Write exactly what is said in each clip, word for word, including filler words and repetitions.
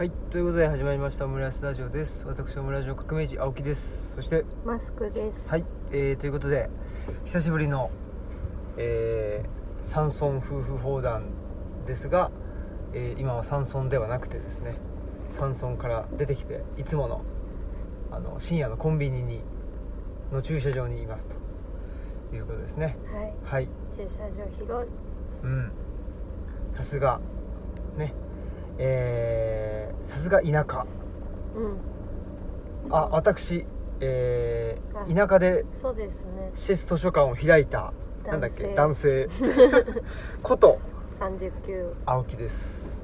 はい、ということで始まりましたオムライスラジオです。私オムライスの革命児青木です。そしてマスクです。 はい、えー、ということで久しぶりの、えー、山村夫婦砲弾ですが、えー、今は山村ではなくてですね、山村から出てきていつものあの深夜のコンビニにの駐車場にいますということですね。 はい、 はい、 駐車場広い。 うんさすがね、えー、さすが田舎。 うんあ、私、えー、 あ田舎でそうですね、 施設図書館を開いたなんだっけ男性ことさんじゅうきゅう青木です。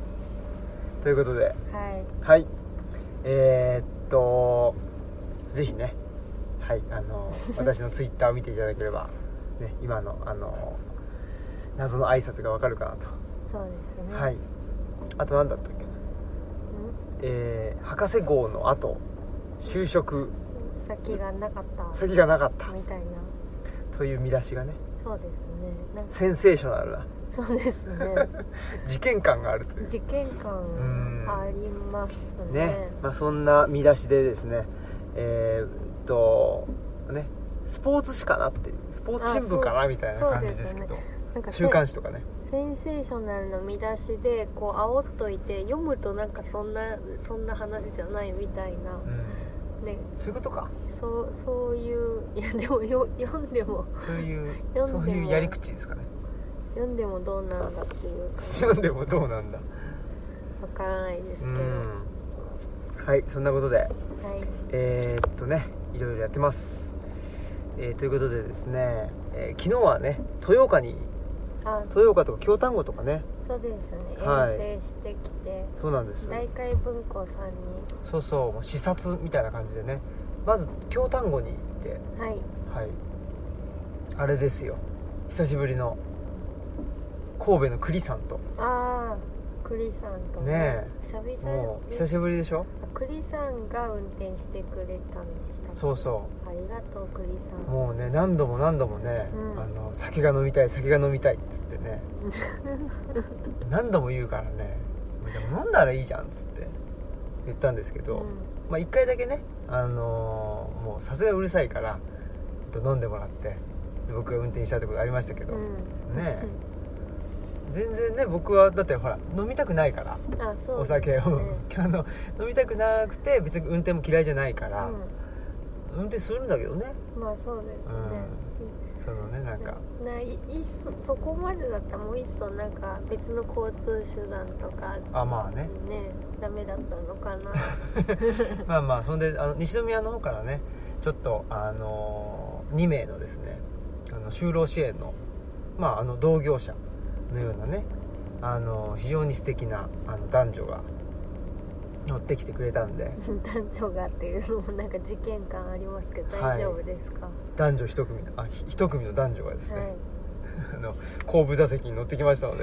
ということで、 はいはいえー、っとぜひね、はいあの私のツイッターを見ていただければね、今のあの謎の挨拶がわかるかなと。 そうですね。 はい。あと何だったっけな、えー、博士号の後就職先がなかった先がなかったみたいなという見出しがね、 そうですね、なんかセンセーショナルなそうですね事件感があるという事件感ありますね。 ね、まあ、そんな見出しでですね、えー、っとねスポーツ紙かなっていう、スポーツ新聞かなみたいな感じですけど、 なんか週刊誌とかね、 センセーショナルの見出しでこう煽っといて読むとなんかそんなそんな話じゃないみたいな、 うんね、 そういうことか。 そうそういういやでもよ読んでもそういう読んでもそういうやり口ですかね。 読んでもどうなんだっていうか読んでもどうなんだわからないですけど、 うんはい、そんなことではいえー、っとねいろいろやってます、えー、ということでですね、えー、昨日はね豊岡にあ豊岡とか京丹後とかね、 そうですね、 はい遠征してきて、 そうなんですよ、 大海文庫さんにそうそうもう視察みたいな感じでね、まず京丹後に行ってはいはいあれですよ、久しぶりの神戸の栗さんとああ栗さんとね久々にもう久しぶりでしょ。 栗さんが運転してくれたんでしたっけ。 そうそうありがとう栗さん。 もうね何度も何度もね、 うんあの酒が飲みたい酒が飲みたいっつってね何度も言うからね、でも飲んだらいいじゃんっつって言ったんですけど、 うんまあ一回だけね、あのーもうさすがにうるさいから飲んでもらって僕が運転したってことありましたけど、 うんね全然ね僕はだってほら飲みたくないから、 あそうですね、 お酒をあの飲みたくなくて別に運転も嫌いじゃないから、 う運転するんだけどね、 ん、まあそうですね、 うん、そのねなんかないいっそそこまでだったらもういっそなんか別の交通手段とかあまあねねダメだったのかなまあまあそんであの西宮の方からねちょっとあのに名のですねあの就労支援のまああの同業者のようなねあの非常に素敵なあの男女が乗ってきてくれたんで男女がっていうのもなんか事件感ありますけど大丈夫ですか。はい、 男女一組のあ一組の男女がですね、 はい、 あの後部座席に乗ってきましたので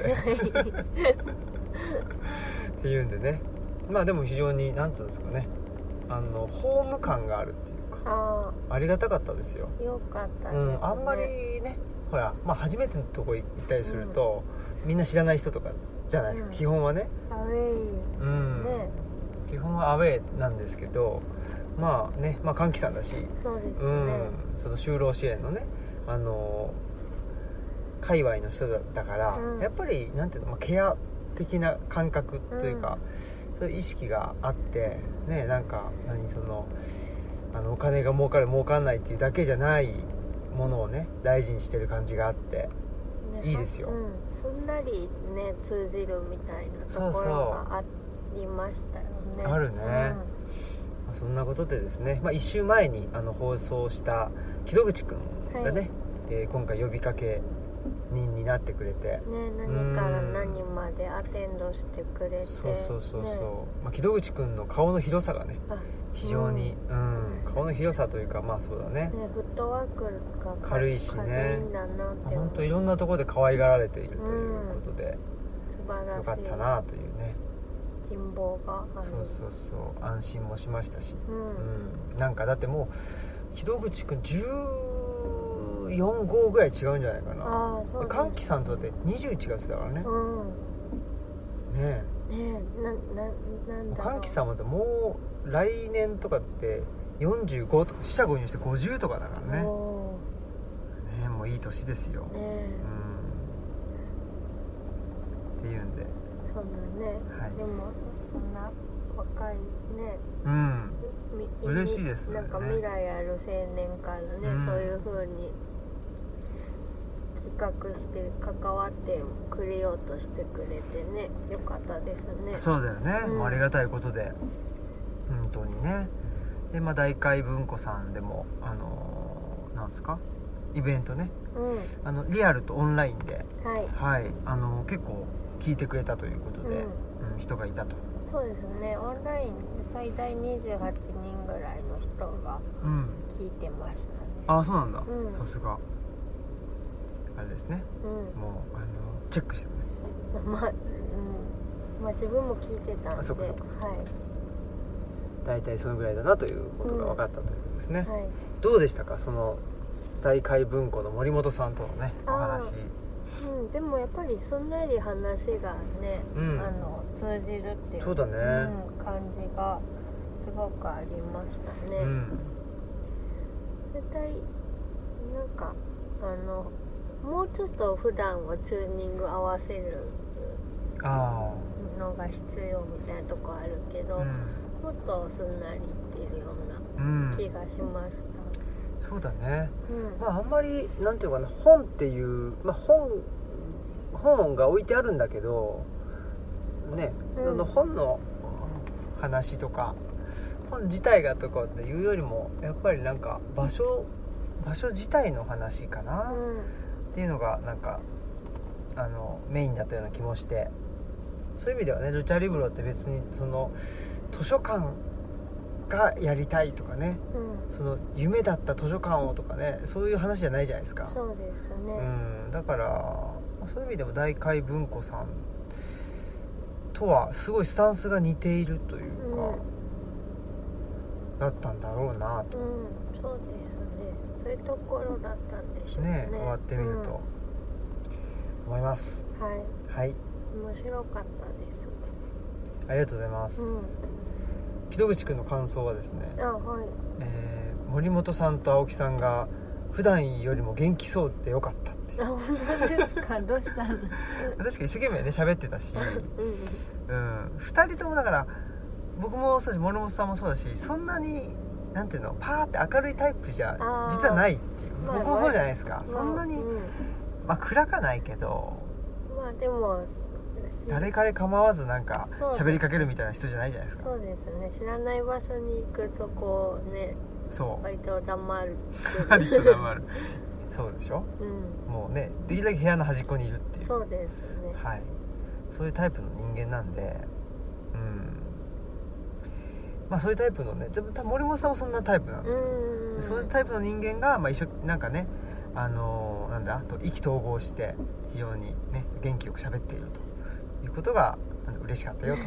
っていうんでね、まあでも非常になんていうんですかね、あのホーム感があるっていうか あ, ありがたかったですよ。 よかったですね、 うん、あんまりねほら、まあ、初めてのとこ行ったりすると、うん、みんな知らない人とかじゃないですか、うん、基本はねアウェイ、 うんね、基本はアウェイなんですけど、まあね、まあ歓喜さんだし、 そうですね、 うん、その就労支援のねあの界隈の人だから、うん、やっぱりなんていうの、まあ、ケア的な感覚というか、うん、そういう意識があってね、なんか何そのあのお金が儲かる儲かんないっていうだけじゃないものをね大事にしてる感じがあって、ね、いいですよ、うん、 すんなりね通じるみたいなところがありましたよね。 あるね、うんまあ、そんなことでですね、まあ、いっ週前にあの放送した木戸口くんがね、はい、えー、今回呼びかけ人になってくれて、ね、 何から何までアテンドしてくれて、 そうそうそうそう、ね、まあ、木戸口くんの顔の広さがね非常に、うんうん、顔の広さというかまあそうだ ね, ねフットワークが軽いしね、 軽いんだなって本当いろんなところで可愛がられているということで、 うん、素晴らしい、 よかったなというね、 人望がある、 そうそうそう安心もしましたし、 うんうん、なんかだってもう木戸口くんじゅうよん号ぐらい違うんじゃないかな。 あそうです、 歓喜さんとだってにじゅういちがつだからね、 うん、 ねねえなななんだろう神木さんももう来年とかってよんじゅうごとか四捨五入してごじゅうとかだからね。 おねもういい年ですよ、 ねえ、 うん、っていうんでそうだね、 はい、 でもそんな若いね、 うんみ嬉しいですね。 なんか未来ある青年からね、 うん、 そういう風に企画して関わってくれようとしてくれてね、よかったですね。 そうだよね、 うん、 もうありがたいことで本当にね。でまあ大海文庫さんでもあのー、なんすかイベントね、 うん、 あのリアルとオンラインで、 はい、 はい、あの結構聞いてくれたということで、うんうん、人がいたと。 そうですね、オンライン最大にじゅうはちにんぐらいの人が聞いてましたね、 うん、ああそうなんだ、 うん、 さすがあれですね、 うん、 もうあのチェックしてるねまあ、うん、まあ自分も聞いてたんで、 あそっかそっか、 はい、 大体そのぐらいだなということが分かったということですね、 うん、はい、 どうでしたかその大海文庫の森本さんとのねお話。 うん、でもやっぱりすんなり話がね、うん、あの通じるっていう、 そうだね、 うん、感じがすごくありましたね、うん、絶対なんかあのもうちょっと普段はチューニング合わせるのが必要みたいなとこあるけど、うん、もっとすんなりいってるような気がしました、 うん、そうだね、 うん、 まああんまりなんていうかな本っていう、まあ、本本が置いてあるんだけどね、うん、その本の話とか本自体がとかっていうよりもやっぱりなんか場所場所自体の話かな、うん、っていうのがなんかあのメインだったような気もして、そういう意味ではねルチャリブロって別にその図書館がやりたいとかね、うん、その夢だった図書館をとかねそういう話じゃないじゃないですか。 そうですね、 うん、だからそういう意味でも大海文庫さんとはすごいスタンスが似ているというか、うん、だったんだろうなと、 うん、そうですね、そういうところだったんでしょうね、 ね終わってみると、うん、思います。 はい、 はい、 面白かったです。 ありがとうございます、うん、木戸口くんの感想はですね、 あ、はい、 えー、森本さんと青木さんが普段よりも元気そうでよかったっていう。 あ、本当ですかどうしたんだ確かに一生懸命ね喋ってたし、うん、うん、ふたりともだから僕もそうだし森本さんもそうだし、そんなになんていうのパーって明るいタイプじゃ実はないっていう、まあ、僕もそうじゃないですか、まあ、そんなに、うん、まあ暗かないけど、 まあでも誰彼構わずなんか喋りかけるみたいな人じゃないじゃないですか。 そうですね、知らない場所に行くとこうね、 そう割と黙る割と黙るそうでしょ、 うん、 もうねできるだけ部屋の端っこにいるっていう、 そうですね、 はい、そういうタイプの人間なんで、うん、まあそういうタイプのね、多分森本さんもそんなタイプなんですよ。うん、そういうタイプの人間が、まあ、一緒なんかね、あのー、なんだと意気投合して非常にね元気よく喋っているということが嬉しかったよと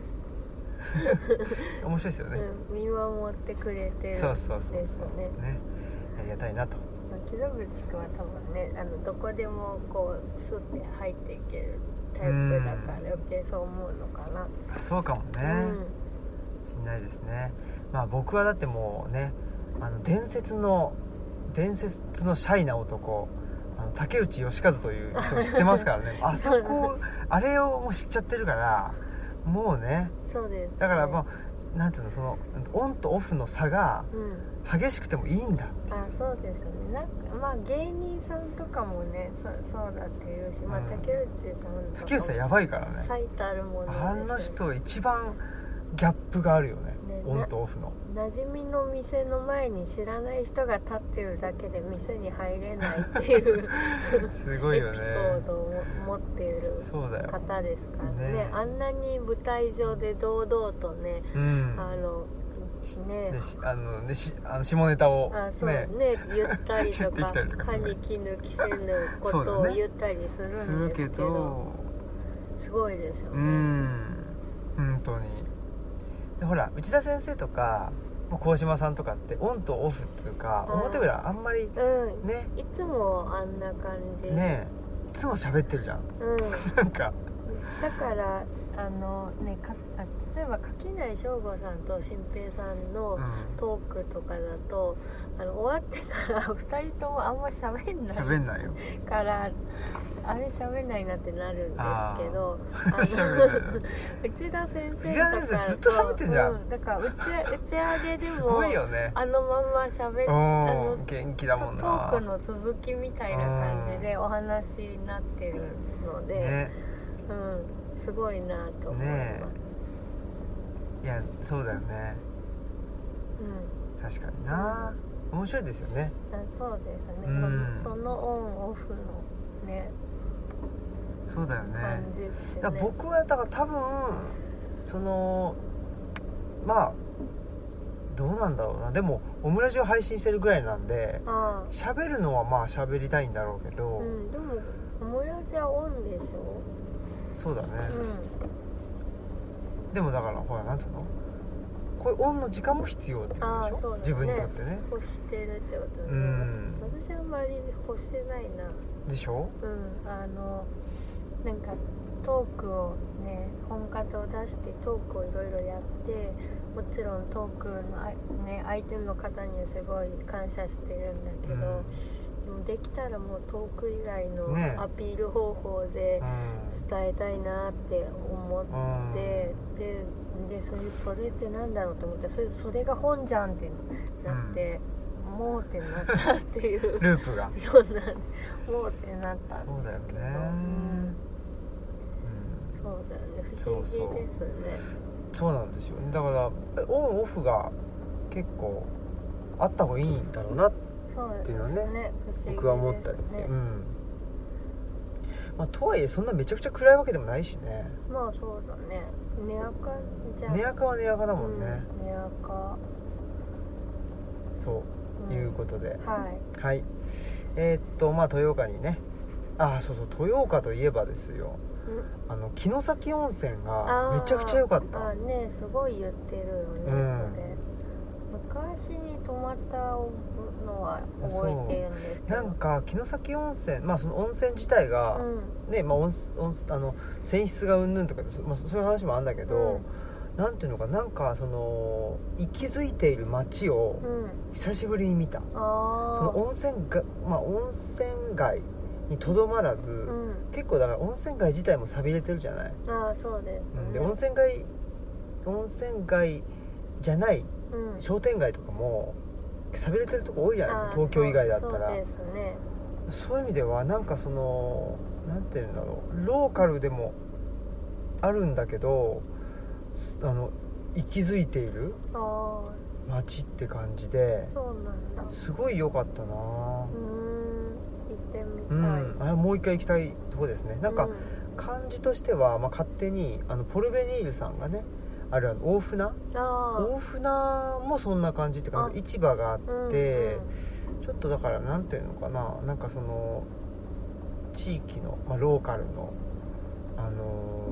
面白いですよね、 うん、見守ってくれてるんですよね。そうそうそうそうね、ありがたいなと。 木戸口君は多分ね、あのどこでもこうスッて入っていけるタイプだから余計そう思うのかな。 そうかもね、うん、しんないですね。まあ僕はだってもうね、あの伝説の伝説のシャイな男、あの竹内義和という人を知ってますからねあそこあれをもう知っちゃってるからもうね、 そうです、ね、 だからもうなんていうの、そのオンとオフの差が激しくてもいいんだっていう、 うん、あ、そうですね。なんかまあ芸人さんとかもね そ, そうだっていうし、まあ、竹内さんとか竹内さんやばいからね、 最たるものですよね。 あの人一番ギャップがあるよね、ね、オンとオフの。 馴染みの店の前に知らない人が立ってるだけで店に入れないっていうすごいよね、 エピソードを持っている方ですからね。ね、あんなに舞台上で堂々とね、うん、あのね、 であのねしあの下ネタを、 ね、あそうね言ったりとか歯に衣着せぬことを言ったりするんですけど、ね、すごいですよね。 うん本当に。でほら内田先生とか鴻島さんとかってオンとオフっていうか、はい、表裏あんまり、 うん、 ねいつもあんな感じね、いつも喋ってるじゃん、 うん、 なんかだからあのねかあ例えば垣内翔吾さんと新平さんのトークとかだと、うん、あの終わってからふたりともあんま喋んない喋んないよからあれ喋んないなってなるんですけど、あの内田先生とかずっと喋ってんじゃん、 うん、だから打ち打ち上げでもすごいよね、 あのまんま喋ってあの元気だもんな、 トークの続きみたいな感じでお話になってるので、ね、うん、すごいなと思います、ね、 いやそうだよね、うん、確かにな、うん、面白いですよね。 あそうですね、うん、そのオンオフのねそうだよね、 感じってね、 だから僕はだから多分そのまあどうなんだろうな、でもオムラジを配信してるぐらいなんで喋るのはまあ喋りたいんだろうけど、 うん、でもオムラジはオンでしょ。 そうだね、うん、でもだからほらなんつうの、こういうオンの時間も必要ってことでしょ、ね、自分にとってね欲してるってことね、うん、私はあんまり欲してないなでしょ、 うん、あのなんかトークをね本方を出してトークをいろいろやって、もちろんトークの、ね、相手の方にはすごい感謝してるんだけど、うん、でもできたらもうトーク以外のアピール方法で伝えたいなって思って、うん、で, でそれそれってなんだろうと思って、それそれが本じゃんってなって、うん、もうってなったっていうループがそうなんもうってなったんですけど、 そうだよね、 うんそうだよね、不思議ですね。 そうそうなんですよね。だからオンオフが結構あった方がいいんだろうなっていうのは ね, ね僕は思ったりね、うん、まあ、とはいえそんなめちゃくちゃ暗いわけでもないしね。 まあそうだね、寝垢じゃん、 寝垢は寝垢だもんね、 うん、寝垢そう、うん、いうことで、 はい、 はい、えー、っとまあ豊岡にね、あそうそう豊岡といえばですよ、あの城崎温泉がめちゃくちゃ良かった。 あね、すごい言ってるよね、うん、それ昔に泊まったのは覚えてるんですけど、 なんか城崎温泉、まあその温泉自体が、うん、ね、まあ温温あの泉質がうんぬんとか、まあ、そういう話もあるんだけど、うん、なんていうのか、なんかその息づいている街を久しぶりに見た、うん、その温泉が、まあ温泉街にとどまらず、うん、結構だから温泉街自体も寂れてるじゃない。 あそうです、ね、 うん、で温泉街温泉街じゃない商店街とかも寂れてるとこ多いじゃない、東京以外だったら。 そうですね。 そういう意味ではなんかそのなんていうんだろう、ローカルでもあるんだけど、あの息づいている街って感じで、 そうなんだ、 すごい良かったな。うーん、 行ってみたい、うん、 あもう一回行きたいとこですね。なんか感じとしては、まあ、勝手にあのポルベニールさんがねあるあの大船大船もそんな感じっていうか、市場があって、うんうん、ちょっとだからなんていうのかな、なんかその地域の、まあ、ローカルのあの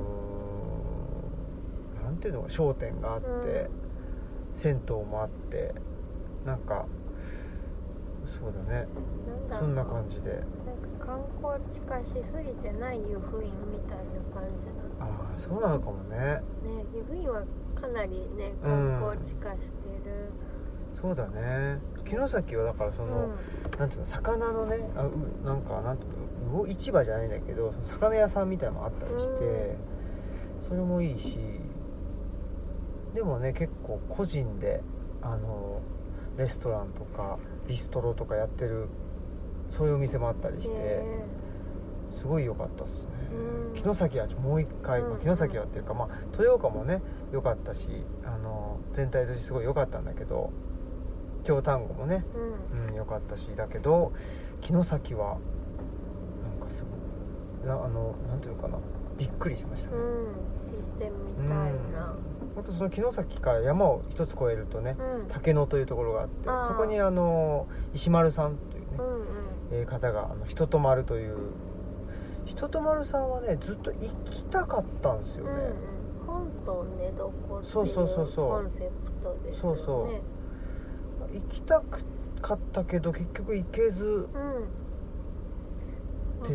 ー、なんていうのか商店があって、うん、銭湯もあって、なんかそうだね、そんな感じで、なんか観光地化しすぎてない湯布院みたいな感じだ。 ああそうなのかもね。 ね、湯布院はかなりね観光地化してる、 うん、そうだね。城崎はだからその、うん、なんていうの、魚のね、あなんかなんていうの、魚市場じゃないんだけど魚屋さんみたいなのもあったりして、うん、それもいいし、でもね結構個人であのレストランとかビストロとかやってるそういうお店もあったりして、すごい良かったっすね。城崎はもう一回、まあ、城崎はっていうか、まあ、豊岡もね良かったし、あの全体としてすごい良かったんだけど、京丹後もね、うんうん、良かったし、だけど城崎はなんかすごい、あのなんていうかな、びっくりしましたね、うん、 行ってみたいな。 あとその城崎から山を一つ越えるとね、うん、竹野というところがあって、そこにあの石丸さんというね、うんうんえー、方があの人と丸という、人と丸さんはねずっと行きたかったんですよね、うんうん、 本と寝床っていうコンセプトですよね。 そうそう行きたかったけど結局行けず、うん、っていう、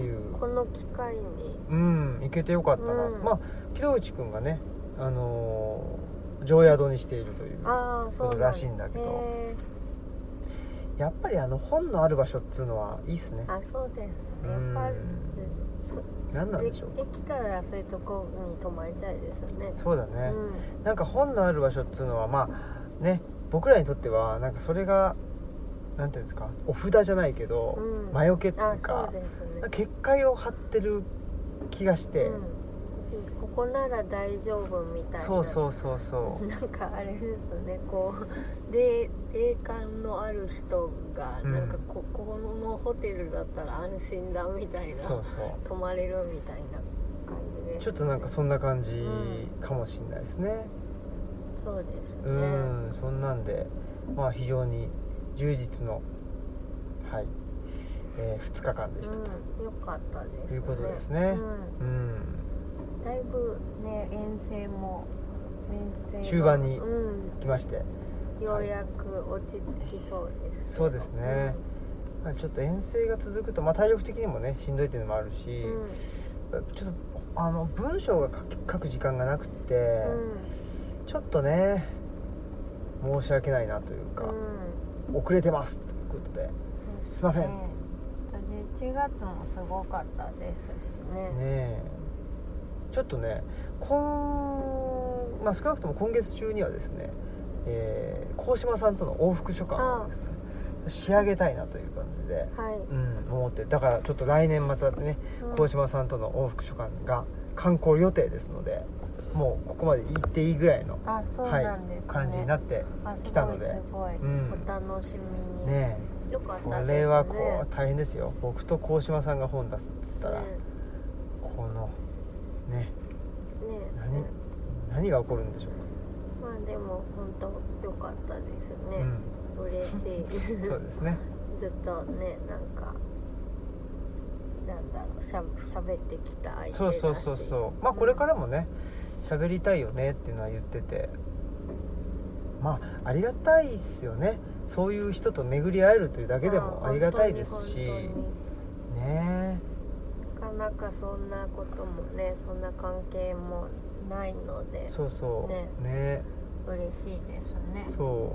この機会にうん行けてよかったな、うん、まあ木戸内くんがねあのー、常宿にしているということらしいんだけど、やっぱりあの本のある場所っつうのはいいっすね。 あ、そうですね。やっぱり何なんでしょう。 できたらそういうとこに泊まりたいですよね。 そうだね、うん、なんか本のある場所っつうのはまあね僕らにとってはなんかそれがなんていうんですかお札じゃないけど、うん、魔除けっつうか、そうですね、結界を張ってる気がして、うん、 ここなら大丈夫みたいな。 そうそうそうそうなんかあれですねこう霊感のある人がなんか こ,、うん、ここのホテルだったら安心だみたいな、そうそう泊まれるみたいな感じで、ね、 ちょっとなんかそんな感じかもしれないですね、 うん、そうですね。 うんそんなんでまあ非常に充実のはい、えー、ふつかかんでしたと、 うん、よかったですね。 いうことですね、うん、うんだいぶね遠征も遠征中盤に来まして、 うん、ようやく落ち着きそうです、 そうですね、うんまあ、ちょっと遠征が続くと、まあ、体力的にもねしんどいっていうのもあるし、うん、ちょっとあの文章が書く時間がなくて、うん、ちょっとね申し訳ないなというか、うん、遅れてますということで、すいません、ね、 ちょっとじゅういちがつもすごかったですしね。 ねえちょっとね今、まあ、少なくとも今月中にはですね、えー、鴻島さんとの往復書簡をですね仕上げたいなという感じで、はいうん、思ってだからちょっと来年またね鴻島さんとの往復書簡が刊行予定ですので、もうここまで行っていいぐらいの、 あ、そうなんですね、 はい、感じになってきたので、 すごいすごい、うん、お楽しみにねよかったですね。 これはこう大変ですよ。僕と鴻島さんが本出すっつったら、ね、このねね何何が起こるんでしょうか。 まあでも本当良かったですね、うん、嬉しいそうですねずっとねなんかなんだろうしゃ喋ってきた相手だし、 そうそうそうそうまあこれからもね喋、うん、りたいよねっていうのは言ってて、まあありがたいっすよね。そういう人と巡り会えるというだけでもありがたいですしね。 なかなかそんなこともねそんな関係もないので、 そうそうねね嬉しいですね。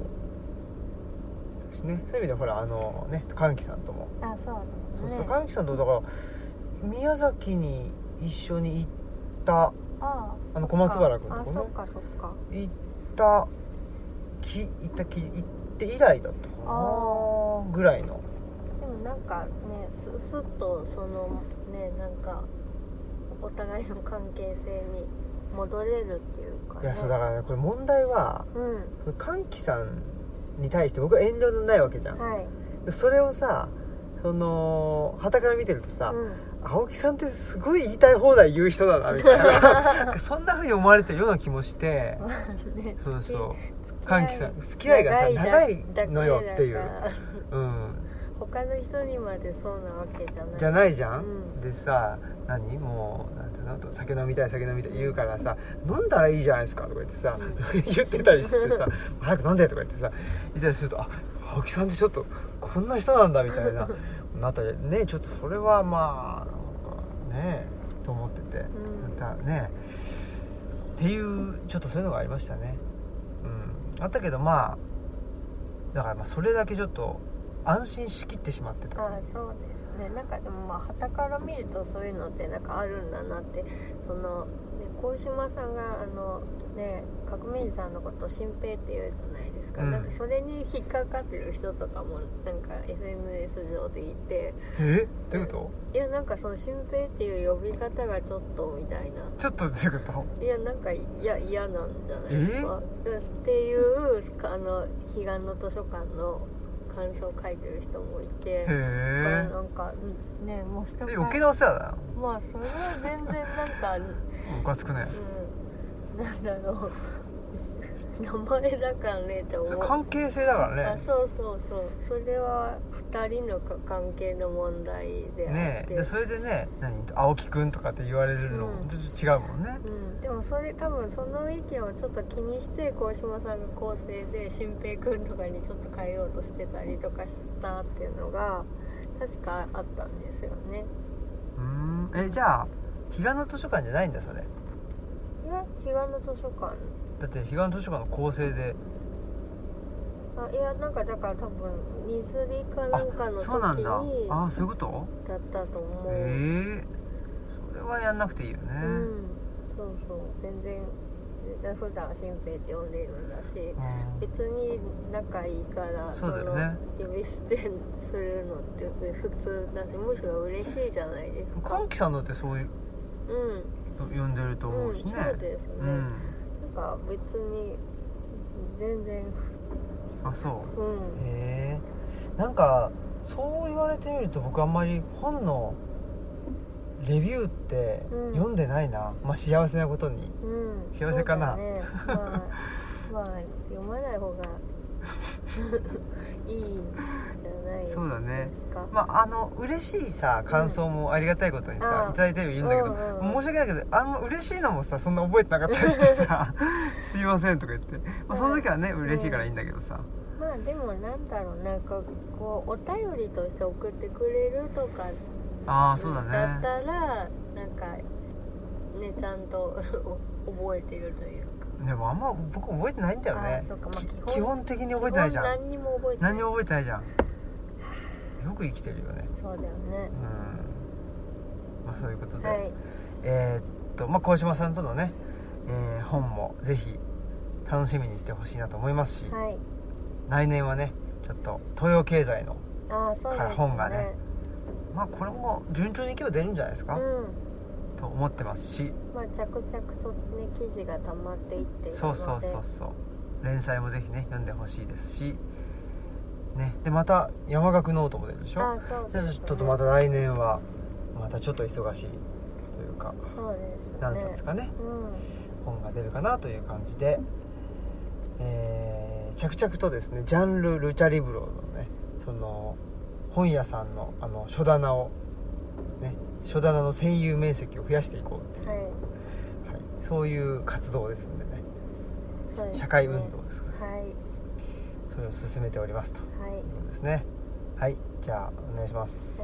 そうですね。そういう意味でほらあのねかんきさんともあそうですね。 そうそうかんきさんとだから宮崎に一緒に行ったああの小松原君とこねあそっかそっか行ったき行ったき行って以来だったかなぐらいの。 でもなんかねすすっとそのねなんかお互いの関係性に戻れるっていうか、ね、 いやそうだからねこれ問題は、うん、かんきさんに対して僕は遠慮ないわけじゃん、はい、それをさその傍から見てるとさ、うん、青木さんってすごい言いたい放題言う人だなみたいなそんな風に思われてるような気もして、ね、そうそうかんきさん付き合いがさ長いのよっていう、うん、 他の人にまでそうなわけじゃないじゃないじゃん、うん、でさ何もうなんていうの酒飲みたい酒飲みたい言うからさ、うん、飲んだらいいじゃないですかとか言ってさ、うん、言ってたりしてさ早く飲んでとか言ってさ言ったりするとあ青木さんってちょっとこんな人なんだみたいななったりねちょっとそれはまあなんかねと思ってて、うん、またねっていうちょっとそういうのがありましたね。うんあったけどまあだからまあそれだけちょっと安心しきってしまってた。 あそうですね。なんかでもまあ傍から見るとそういうのってなんかあるんだなってそのね鴻島さんがあのね革命児さんのことを新平って言うじゃないですか、うん、なんかそれに引っかかってる人とかもなんか エスエヌエス 上でいてえどういうこと？ いやなんかその新平っていう呼び方がちょっとみたいなちょっとどういうこと？ いやなんか嫌なんじゃないですかっていうあの彼岸の図書館の感想を書いてる人もいてへえなんかねもう人から余計なお世話だよ。 まあそれは全然なんかおかしくね、 うん、なんだろう名前だからねって思う関係性だからね。 あそうそうそうそれはふたりの関係の問題であってねでそれでね何青木くんとかって言われるの、うん、ちょっと違うもんね、 うん、でもそれ多分その意見をちょっと気にして鴻島さんが構成で新平くんとかにちょっと変えようとしてたりとかしたっていうのが確かあったんですよね。 うーんえじゃあ彼岸の図書館じゃないんだそれ。 え彼岸の図書館だって彼岸の図書館の構成で、 あいやなんかだから多分水着かなんかの時にそうなんだ。あそういうことだったと思う。 へえそれはやんなくていいよね。 うんそうそう全然普段新平って呼んでるんだし、 うん別に仲いいからそうだよね、 その呼び捨てするのって普通だしむしろ嬉しいじゃないですか。 かんきさんだってそういううん呼んでると思うしね、 うん、そうですね、 うん、 なんか別に全然あそう、 うん、 へえなんかそう言われてみると僕あんまり本のレビューって読んでないな、うん、まあ幸せなことに、 うん、 幸せかな、 ねまあ、まあ読まない方がいいんじゃないですか。 そうだね。まああの嬉しいさ感想もありがたいことにさ、うん、いただいてる言うんだけど、うんうん、申し訳ないけどあの嬉しいのもさそんな覚えてなかったりしてさすいませんとか言って、まあ、その時はね、うん、嬉しいからいいんだけどさ、 まあでもなんだろうなんかこうお便りとして送ってくれるとかああそうだねだったらなんかねちゃんと覚えてるというか。 でもあんま僕覚えてないんだよね。 あそうか、まあ、基本基本的に覚えてないじゃん。 何にも覚えてない。 何にも覚えてないじゃん。よく生きてるよね。 そうだよね。 うん。まあそういうことで、 はい、 えー、っとまあ鴻島さんとのね、えー、本もぜひ楽しみにしてほしいなと思いますし、 はい、 来年はねちょっと東洋経済のあそうですねから本がね、まあこれも順調にいけば出るんじゃないですか。うん。と思ってますし、 まあ、着々とね記事が溜まっていっているので、 そうそうそうそう連載もぜひね読んでほしいですし、ね、でまた山岳ノートも出るでしょ。 あそうですね、 ちょっとまた来年はまたちょっと忙しいというかそうですね、 何冊かね、うん、本が出るかなという感じで、えー、着々とですねジャンルルチャリブロのねその本屋さんのあの書棚をね書棚の占有面積を増やしていこうっていう、はいはい、そういう活動ですんで ね, そうですね社会運動ですから、はい、それを進めておりますということですね。はい、じゃあお願いします。はい、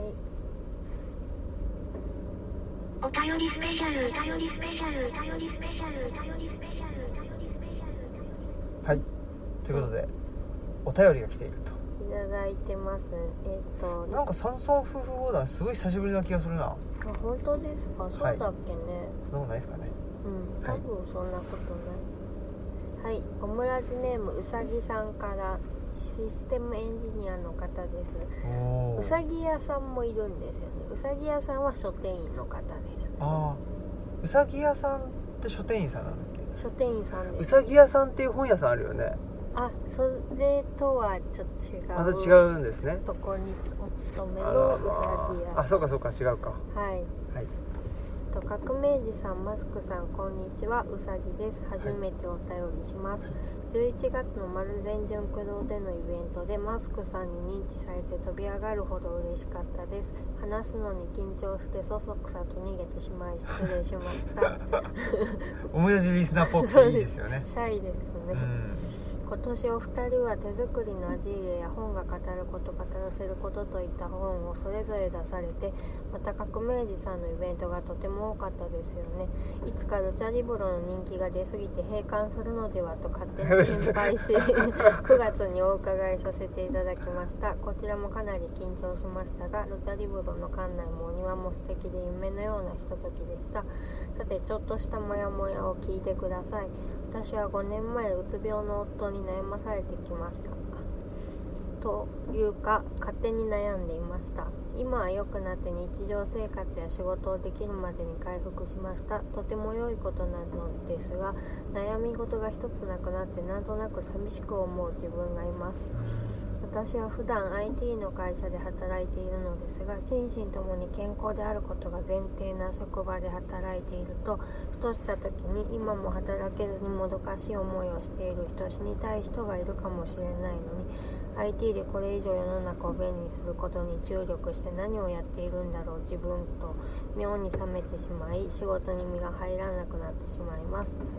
お便りスペシャルお便りスペシャルお便りスペシャルお便りスペシャルお便りスペシャルはいということで、うん、お便りが来ているといただいてます。えっとなんか山村夫婦横断すごい久しぶりな気がするな。あ本当ですか。そうだっけね、はい、 そんなことないですかね。 うん多分そんなことない。はい、はい、オムラジネームうさぎさんからシステムエンジニアの方です。うさぎ屋さんもいるんですよね。うさぎ屋さんは書店員の方です。 ああうさぎ屋さんって書店員さんなんだっけ。 書店員さんです。 うさぎ屋さんっていう本屋さんあるよね。 あ、それとはちょっと違う。 また違うんですね。 とこにお勤めのうさぎ屋さん。 あ、そうかそうか違うか。 はい。はい。と革命児さん、マスクさん、こんにちは。うさぎです。初めてお便りします。はい、じゅういちがつの丸善純駆動でのイベントでマスクさんに認知されて飛び上がるほど嬉しかったです。話すのに緊張してそそくさと逃げてしまい失礼しました。 オムラジリスナーっぽくていいですよね。 シャイですね。うん今年お二人は手作りの味入れや本が語ること語らせることといった本をそれぞれ出されて、また革命児さんのイベントがとても多かったですよね。いつかルチャリブロの人気が出すぎて閉館するのではと勝手に心配しくがつにお伺いさせていただきました。こちらもかなり緊張しましたが、ルチャリブロの館内もお庭も素敵で夢のようなひとときでした。さてちょっとしたモヤモヤを聞いてください。私はごねんまえうつ病の夫に悩まされてきました。というか勝手に悩んでいました。今は良くなって日常生活や仕事をできるまでに回復しました。とても良いことなのですが、悩み事が一つなくなってなんとなく寂しく思う自分がいます。私は普段 アイティー の会社で働いているのですが、心身ともに健康であることが前提な職場で働いていると、ふとした時に今も働けずにもどかしい思いをしている人、死にたい人がいるかもしれないのに、 アイティー でこれ以上世の中を便利にすることに注力して何をやっているんだろう自分と妙に冷めてしまい、仕事に身が入らなくなってしまいます。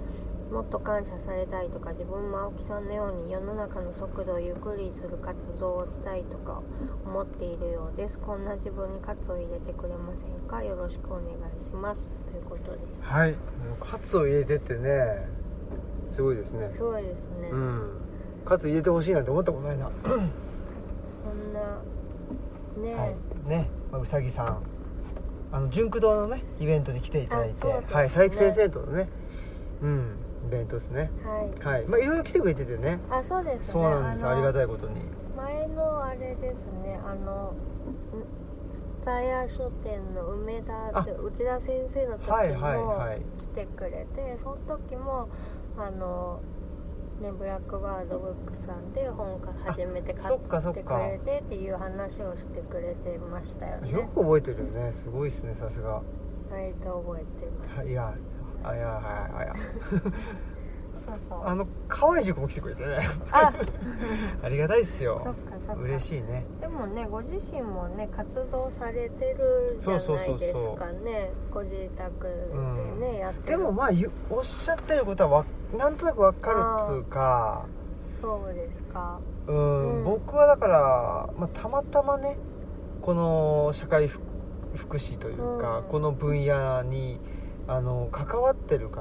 もっと感謝されたいとか、自分も青木さんのように世の中の速度をゆっくりする活動をしたいとか思っているようです。こんな自分に喝を入れてくれませんか。よろしくお願いしますということです。 はい、喝を入れてってね、すごいですね。 すごいですね、 うん、喝入れてほしいなんて思ったことないなそんなね、 はいね、まあ、うさぎさん、あの純駆動のねイベントに来ていただいて、 ね、 はい、佐伯先生とのね、うん、イベントですね。はい、はい、まあいろいろ来てくれててね。 あ、そうですね。 そうなんです。ありがたいことに。 前のあれですね、あの蔦屋書店の梅田って内田先生の時も来てくれて、はいはいはい、その時もあのね、ブラックバードブックさんで本から初めて買ってくれてっていう話をしてくれてましたよね。 よく覚えてるよね。すごいですね、さすが。 割と覚えてます。 いや、あ、いや、はい、はい。 そうそう、 あの河合塾も来てくれてね。あありがたいっすよ。そっかそっか、嬉しいね。 でもね、ご自身もね活動されてるじゃないですかね。そうそうそうそう、ご自宅でね、うん、やってる。 でもまあおっしゃってることはわなんとなくわかるっつうか。 そうですか。 うん、うん、僕はだから、まあ、たまたまねこの社会福祉というか、うん、この分野にあの関わってるから、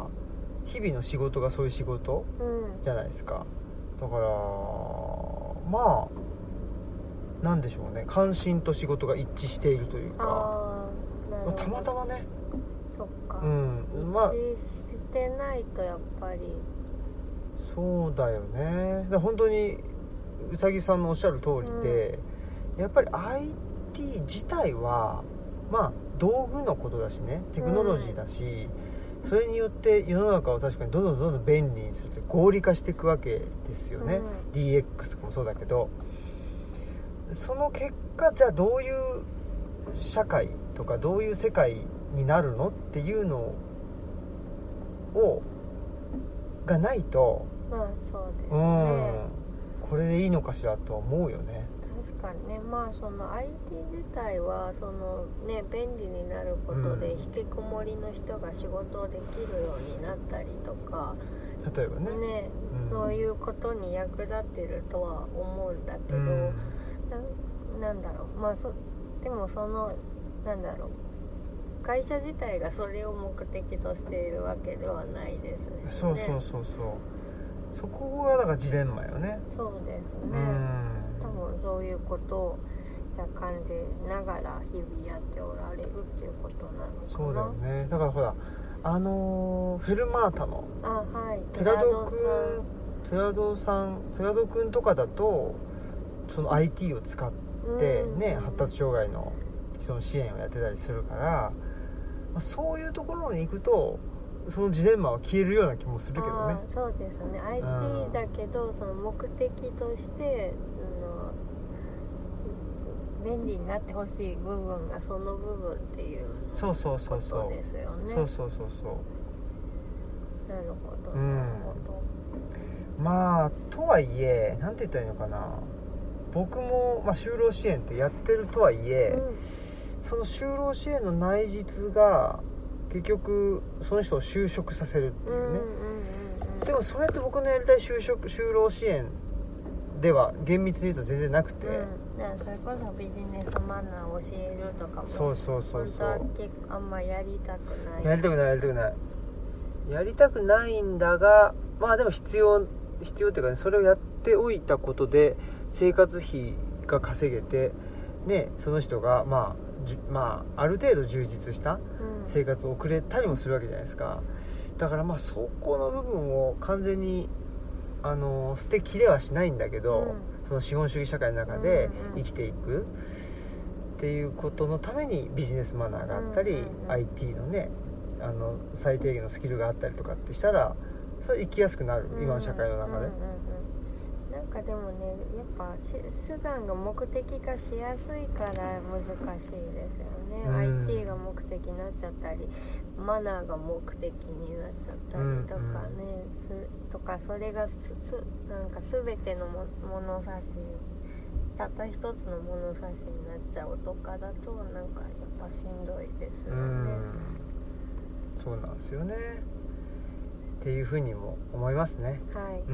日々の仕事がそういう仕事、うん、じゃないですか。だからまあなんでしょうね、関心と仕事が一致しているというか、あ、まあ、たまたまね。 そっか、 うん、まあ、 一致してないとやっぱりそうだよね。だ本当にうさぎさんのおっしゃる通りで、うん、やっぱり アイティー 自体はまあ道具のことだしね、テクノロジーだし、うん、それによって世の中を確かにどんどんどんどん便利にするって合理化していくわけですよね、うん、ディーエックス とかもそうだけど、その結果じゃあどういう社会とかどういう世界になるのっていうのをがないと、 まあそうですね、 うん、これでいいのかしらとは思うよね。 確かにね、まあその アイティー 自体はそのね便利になることで、引きこもりの人が仕事をできるようになったりとか、 例えばね、 ね、うん、そういうことに役立ってるとは思うんだけど、うん、な, なんだろう、まあそでもそのなんだろう、会社自体がそれを目的としているわけではないですしね。 そうそうそうそう、そこがだからジレンマよね。 そうですね、うん、多分そういうことを感じながら日々やっておられるっていうことなのかな。 そうだよね。だからほらあのー、フェルマータのあ、はい、 寺戸くん寺戸さん寺戸くんとかだとその アイティー を使ってね、発達障害の人の支援をやってたりするから、まあ、そういうところに行くとそのジレンマは消えるような気もするけどね。 そうですね、 アイティー だけどその目的として便利になってほしい部分がその部分っていうことですよね。 そうそうそうそうなるほど、 うん、なるほど。まあとはいえなんて言ったらいいのかな、僕も、まあ、就労支援ってやってるとはいえ、うん、その就労支援の内実が結局その人を就職させるっていうね、うんうんうんうん、でもそうやって僕のやりたい就職就労支援では厳密に言うと全然なくて、うん、 それこそビジネスマナーを教えるとかもそうそうそうそう、 本当は結構あんまやりたくないやりたくないやりたくないやりたくないんだが、まあでも必要必要っていうかね、それをやっておいたことで生活費が稼げてね、その人がまあまあある程度充実した生活を送れたりもするわけじゃないですか。だからまあそこの部分を完全にあの捨てきれはしないんだけど、うん、その資本主義社会の中で生きていくっていうことのためにビジネスマナーがあったり、うんうんうん、アイティー のねあの最低限のスキルがあったりとかってしたらそれ生きやすくなる、今の社会の中で、うんうんうんうん、なんかでもねやっぱ手段が目的化しやすいから難しいですよね、うん、アイティー が目的になっちゃったりマナーが目的になっちゃったりとかね、うんうん、すとかそれがすすなんか全てのも物差したった一つの物差しになっちゃうとかだとなんかやっぱしんどいですよね。 うんそうなんですよね。 っていうふうにも思いますね。 はい、 うん、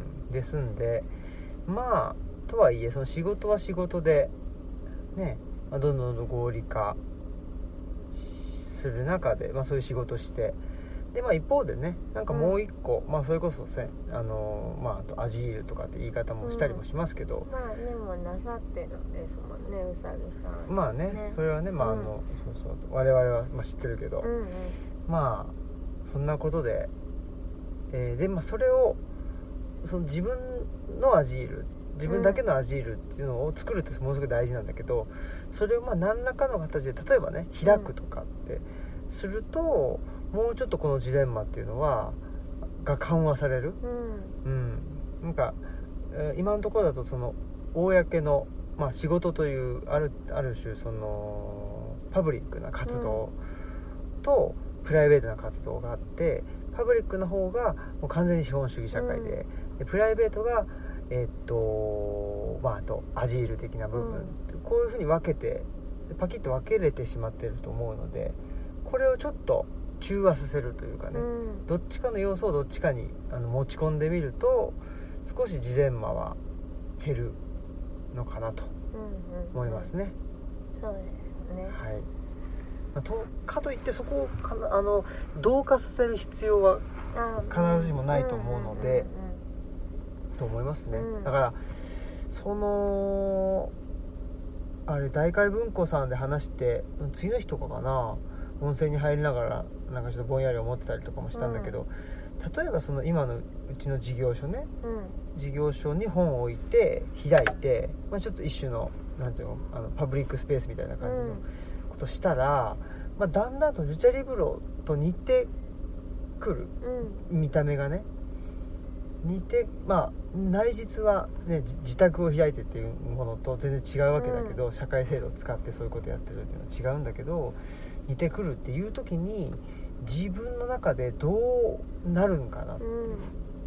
ですんでまあとはいえその仕事は仕事でね、まあ、どんどんどんどん合理化する中で、まあ、そういう仕事してで、まあ、一方でねなんかもう一個、うん、まあ、それこそねあの、まあ、あとアジールとかって言い方もしたりもしますけど、 うん、まあでもなさってるんですもんねうさぎさん、 まあね、ね、それはね、まああの、うん、そうそう我々はまあ知ってるけど、うんうん、まあそんなことで、えー、で、まあ、それをその自分のアジール自分だけのアジールっていうのを作るってものすごく大事なんだけど、それをまあ何らかの形で例えばね開くとかってすると、うん、もうちょっとこのジレンマっていうのはが緩和される、うんうん、なんか今のところだとその公の、まあ、仕事というある、ある種そのパブリックな活動とプライベートな活動があって、パブリックの方がもう完全に資本主義社会で、うん、でプライベートがえー、っとまああとアジール的な部分、うん、こういうふうに分けてパキッと分けれてしまっていると思うので、これをちょっと中和させるというかね、うん、どっちかの要素をどっちかにあの持ち込んでみると少しジレンマは減るのかなと思いますね、 うんうんうん、そうですね、 はい、まあ、とかといってそこをかなあの同化させる必要は必ずしもないと思うので、と思いますね、うん、だからそのあれ大海文庫さんで話して次の日とかかな温泉に入りながらなんかちょっとぼんやり思ってたりとかもしたんだけど、うん、例えばその今のうちの事業所ね、うん、事業所に本を置いて開いて、まあ、ちょっと一種のなんていうのあのパブリックスペースみたいな感じのことしたら、うんまあ、だんだんとルチャリブロと似てくる、うん、見た目がね似てまあ内実は、ね、自宅を開いてっていうものと全然違うわけだけど、うん、社会制度を使ってそういうことやってるっていうのは違うんだけど似てくるっていう時に自分の中でどうなるんかなっていう、うん、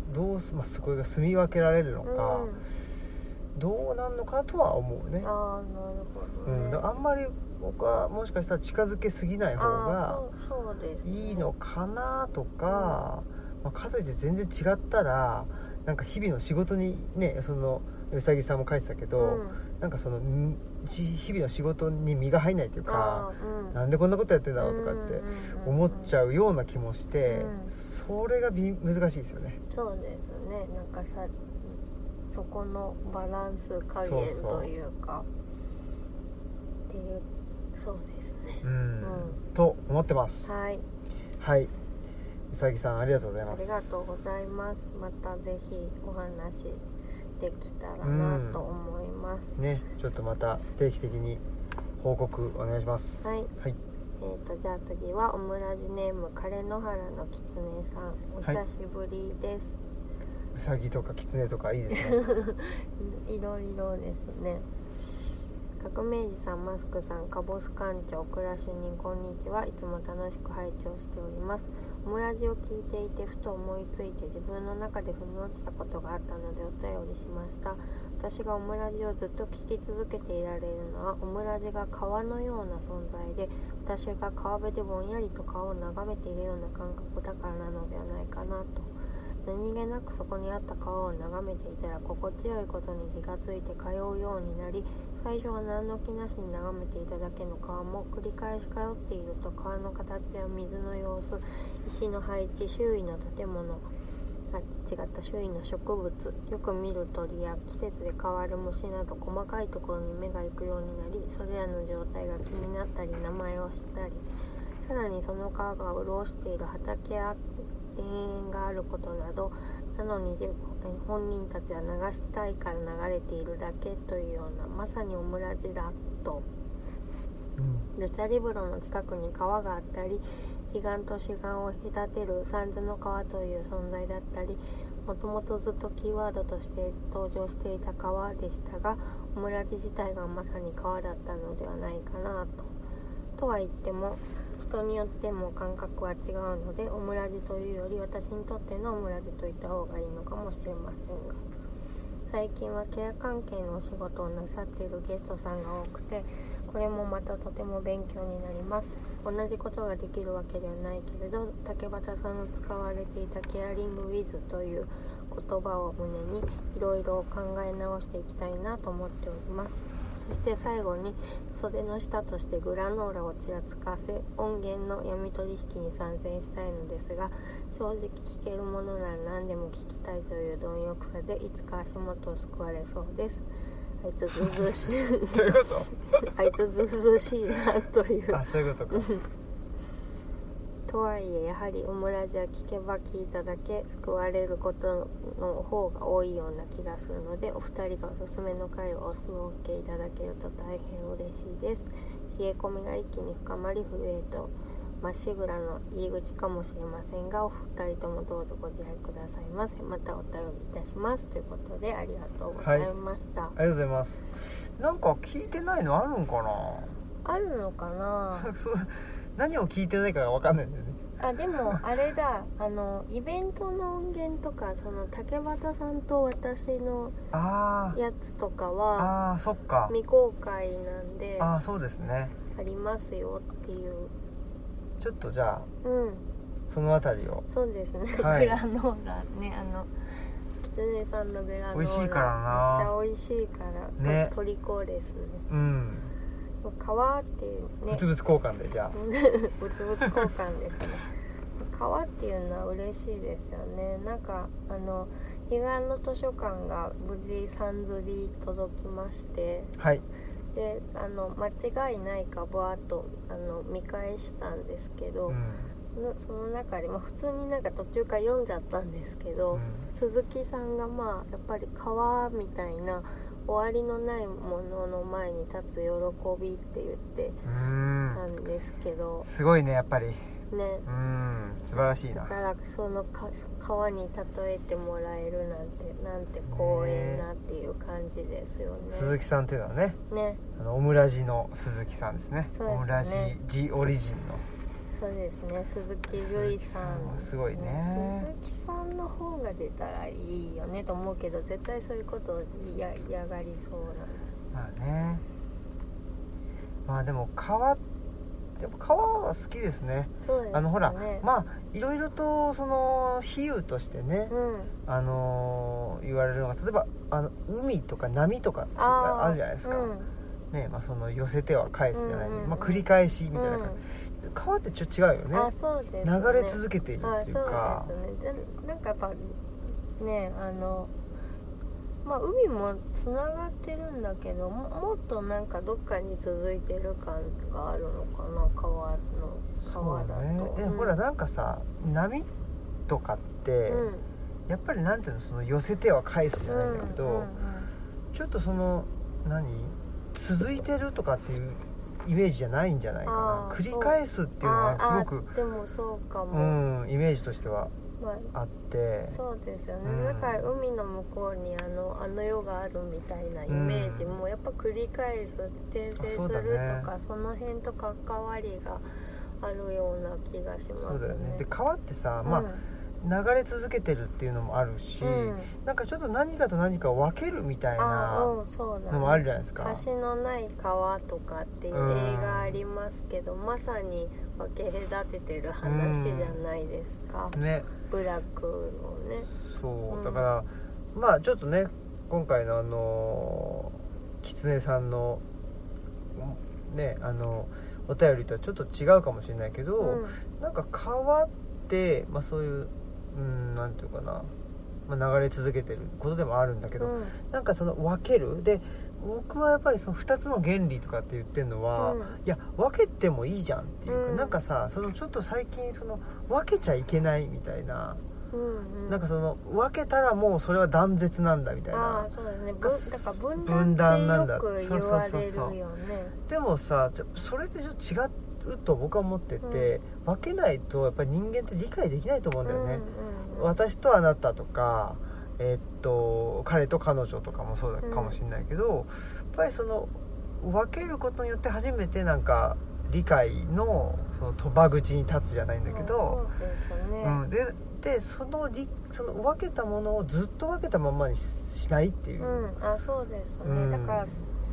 どう、まあ、そこが住み分けられるのか、うん、どうなんのかとは思うね。 あー、なるほどね、 うん、あんまり僕はもしかしたら近づけすぎない方がいいのかなとか、まあ、かといって全然違ったらなんか日々の仕事にねそのうさぎさんも書いてたけど、うん、なんかその日々の仕事に身が入んないというか、うん、なんでこんなことやってんだろうとかって思っちゃうような気もして、うん、それがび難しいですよね。 そうですね、なんかさそこのバランス加減というかっていうそうですね、 うんうん、と思ってます。 はい、 はい、うさぎさんありがとうございます。 ありがとうございます。またぜひお話できたらなと思います、 うん、ね、ちょっとまた定期的に報告お願いします。 はい、はい、えーとじゃあ次はオムラジネーム枯野原のきつねさん、お久しぶりです。 うさぎとかキツネとかいいですねいろいろですね。革命児さん、マスクさん、カボス館長、クラ主任、こんにちは。いつも楽しく拝聴しております。オムラジを聞いていてふと思いついて自分の中で腑に落ちたことがあったのでお便りしました。私がオムラジをずっと聞き続けていられるのはオムラジが川のような存在で私が川辺でぼんやりと川を眺めているような感覚だからなのではないかなと。何気なくそこにあった川を眺めていたら心地よいことに気がついて通うようになり、最初は何の気なしに眺めていただけの川も繰り返し通っていると川の形や水の様子、石の配置、周囲の建物、あ違った周囲の植物、よく見る鳥や季節で変わる虫など細かいところに目が行くようになり、それらの状態が気になったり名前を知ったり、さらにその川が潤している畑や田園があることなど、なのに本人たちは流したいから流れているだけというような、まさにオムラジだと、うん、ルチャリブロの近くに川があったり、彼岸と彼岸を隔てる三途の川という存在だったり、もともとずっとキーワードとして登場していた川でしたが、オムラジ自体がまさに川だったのではないかなと。とは言っても人によっても感覚は違うので、オムラジというより私にとってのオムラジと言った方がいいのかもしれませんが、最近はケア関係のお仕事をなさっているゲストさんが多くて、 これもまたとても勉強になります。同じことができるわけではないけれど、竹端さんの使われていたケアリングウィズという言葉を胸にいろいろ考え直していきたいなと思っております。そして最後に袖の下としてグラノーラをちらつかせ、音源の闇取引に参戦したいのですが、正直聞けるものなら何でも聞きたいという貪欲さでいつか足元を救われそうです。あいつずうずうしいどういうことあいつずうずうしいなというあ、そういうことかとはいえ、やはりオムラジは聞けば聞いただけ救われることの方が多いような気がするので、お二人がおすすめの回をお裾分けいただけると大変嬉しいです。冷え込みが一気に深まり、冬へとまっしぐらの入り口かもしれませんが、お二人ともどうぞご自愛くださいませ。またお便りいたしますということで、ありがとうございました、はい、 ありがとうございます。なんか聞いてないのあるんかなあるのかな何を聞いてないかが分かんないんだよね。 あ、でもあれだあのイベントの音源とか、その竹端さんと私のやつとかはあーそっか未公開なんで、 あーそうですね、 ありますよっていう。 ちょっとじゃあ、 うん、 そのあたりを。 そうですね、はい、グラノーラね、あのきつねさんのグラノーラ美味しいからな、 めっちゃ美味しいからね、トリコですね。うん、皮っていうね、 物々交換で、じゃあ物々交換ですね皮っていうのは嬉しいですよね。なんかあの彼岸の図書館が無事さんずり届きまして、 はい、 であの間違いないかバーっとあの見返したんですけど、うん、その中で、まあ、普通になんか途中から読んじゃったんですけど、うん、鈴木さんがまあやっぱり皮みたいな終わりのないものの前に立つ喜びって言ってたんですけど、 すごいね、やっぱりね、 うん、素晴らしいな。 だからそのか川に例えてもらえるなんてなんて光栄なっていう感じですよね。 鈴木さんっていうのはね、ね、あのオムラジの鈴木さんですね。そうですね、オムラジジオリジンの。 そうですね、鈴木瑠衣さん、 すごいね。 鈴木さんの方が出たらいいよねと思うけど、絶対そういうことを嫌がりそうな。 まあね、まあでも川やっぱ川は好きですね。 そうですね、 あのほら、まあいろいろとその比喩としてね、うん、あのー、言われるのが、例えばあの海とか波とかあるじゃないですか、うん、ね、まあ、その寄せては返すじゃない、うんうんうん、まあ、繰り返しみたいな感じ、うん、川ってちょっと違うよね。 あ、そうですね、 流れ続けているっていうか。 あ、そうですね、でなんかやっぱね、あのまあ、海もつながってるんだけど も, もっとなんかどっかに続いてる感があるのかな、川の川だと。 そうね、うん、ほらなんかさ、波とかって、うん、やっぱりなんていうの、その寄せては返すじゃないんだけど、うんうんうん、ちょっとその何続いてるとかっていうイメージじゃないんじゃないかな。繰り返すっていうのはすごく、 でもそうかも、 うん、イメージとしてはあって、 そうですよね、うん、だから海の向こうにあの、あの世があるみたいなイメージもやっぱ繰り返す、転生するとか、 そ,、ね、その辺と関わりがあるような気がしますね。 そうだよね。で川ってさ、まあ、うん、流れ続けてるっていうのもあるし、うん、なんかちょっと何かと何かを分けるみたいなのもあるじゃないですか。 橋のない川とかっていう映画ありますけど、うん、まさに分け隔ててる話じゃないですか、うん、ね、部落のね。 そうだから、うん、まあちょっとね、今回のあの狐さんのね、あのお便りとはちょっと違うかもしれないけど、うん、なんか川って、まあ、そういう、うん、なんていうかな、まあ、流れ続けてることでもあるんだけど、うん、なんかその分けるで、僕はやっぱりそのふたつの原理とかって言ってるのは、うん、いや分けてもいいじゃんっていうか、うん、なんかさ、そのちょっと最近その分けちゃいけないみたいな、うんうん、なんかその分けたらもうそれは断絶なんだみたいな。 あ、そうですね、だから分断ってよく言われるよね。 でもさ、それってちょっと違うと僕は思ってて、うん、分けないとやっぱり人間って理解できないと思うんだよね、うんうんうん、私とあなたとか、えー、っと彼と彼女とかもそうだかもしれないけど、うん、やっぱりその分けることによって初めてなんか理解 の, その賭場口に立つじゃないんだけど、 そうですよね、 うん、で, で そ, のその分けたものをずっと分けたままにしないっていう、 うん、あ、そうですね、うん、だから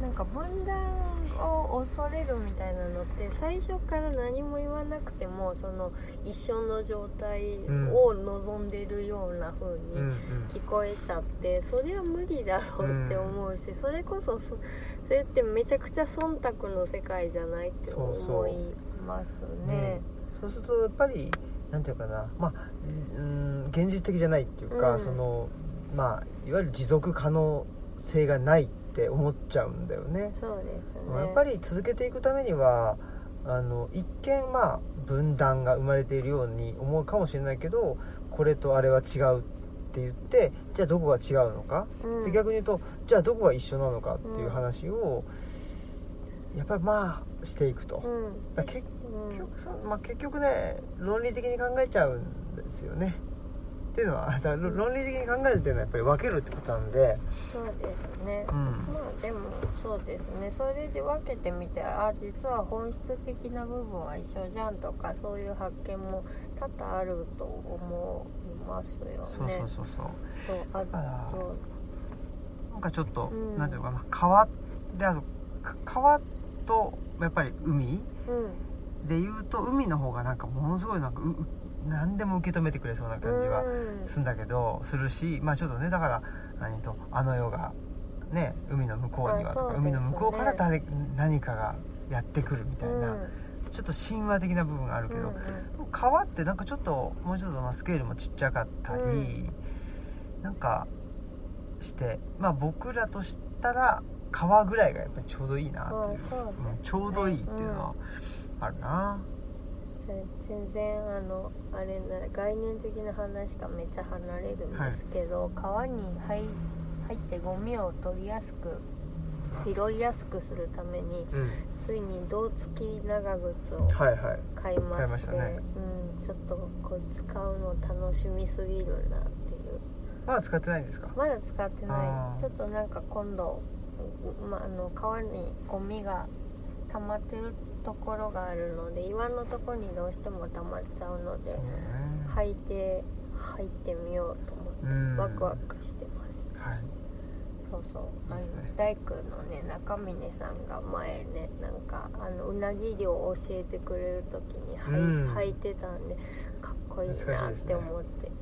なんか分断を恐れるみたいなのって最初から何も言わなくてもその一緒の状態を望んでるような風に聞こえちゃって、うん、それは無理だろうって思うし、うん、それこそ そ, それってめちゃくちゃ忖度の世界じゃないって思いますね。 そうそう、ね、そうするとやっぱりなんていうかな、まあ、うん、現実的じゃないっていうか、うん、そのまあいわゆる持続可能性がないって思っちゃうんだよね。 そうですね。 やっぱり続けていくためにはあの一見まあ分断が生まれているように思うかもしれないけど、これとあれは違うって言って、じゃあどこが違うのか、うん、で逆に言うとじゃあどこが一緒なのかっていう話を、うん、やっぱりまあしていくと、うん、だ結局そ、まあ、結局ね論理的に考えちゃうんですよね。っていうのはだ論理的に考えるっていうのはやっぱり分けるってことなんで。 そうですね、うん、まあでもそうですね、それで分けてみて、あ実は本質的な部分は一緒じゃんとか、そういう発見も多々あると思いますよね。 そうそうそうそうそう、あとなんかちょっと、うん、なんていうのかな、川である川とやっぱり海、うん、でいうと海の方がなんかものすごいなんかう何でも受け止めてくれそうな感じはするんだけど、するし、まあちょっとね、だから何とあの世がね海の向こうにはとか、ね、海の向こうから誰何かがやってくるみたいな、うん、ちょっと神話的な部分があるけど、うんうん、川ってなんかちょっともうちょっとまあスケールもちっちゃかったり、うん、なんかしてまあ僕らとしたら川ぐらいがやっぱりちょうどいいなっていう、うんね、ちょうどいいっていうのはあるな。 全然あのあれな概念的な話がめっちゃ離れるんですけど、はい、川に 入, 入ってゴミを取りやすく拾いやすくするために、うん、ついに胴付き長靴を買いまして、はいはい、ね、うん、ちょっとこれ使うの楽しみすぎるなっていう。 まだ使ってないんですか？ まだ使ってない。ちょっとなんか今度、ま、あの川にゴミが溜まってるところがあるので、岩のところにどうしても溜まっちゃうので、履いて入ってみようと思ってワクワクしてます。はい、そうそう、あのいいですね、大工のね中峰さんが前ねなんかあのうなぎ漁を教えてくれる時に履 い,、うん、履いてたんでかっこいいなって思って、ね、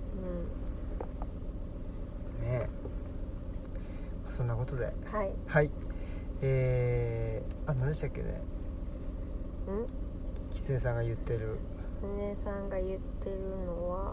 うんねえ、そんなことではいはいえー、あ何でしたっけね、キツネさんが言ってるキツネさんが言ってるのは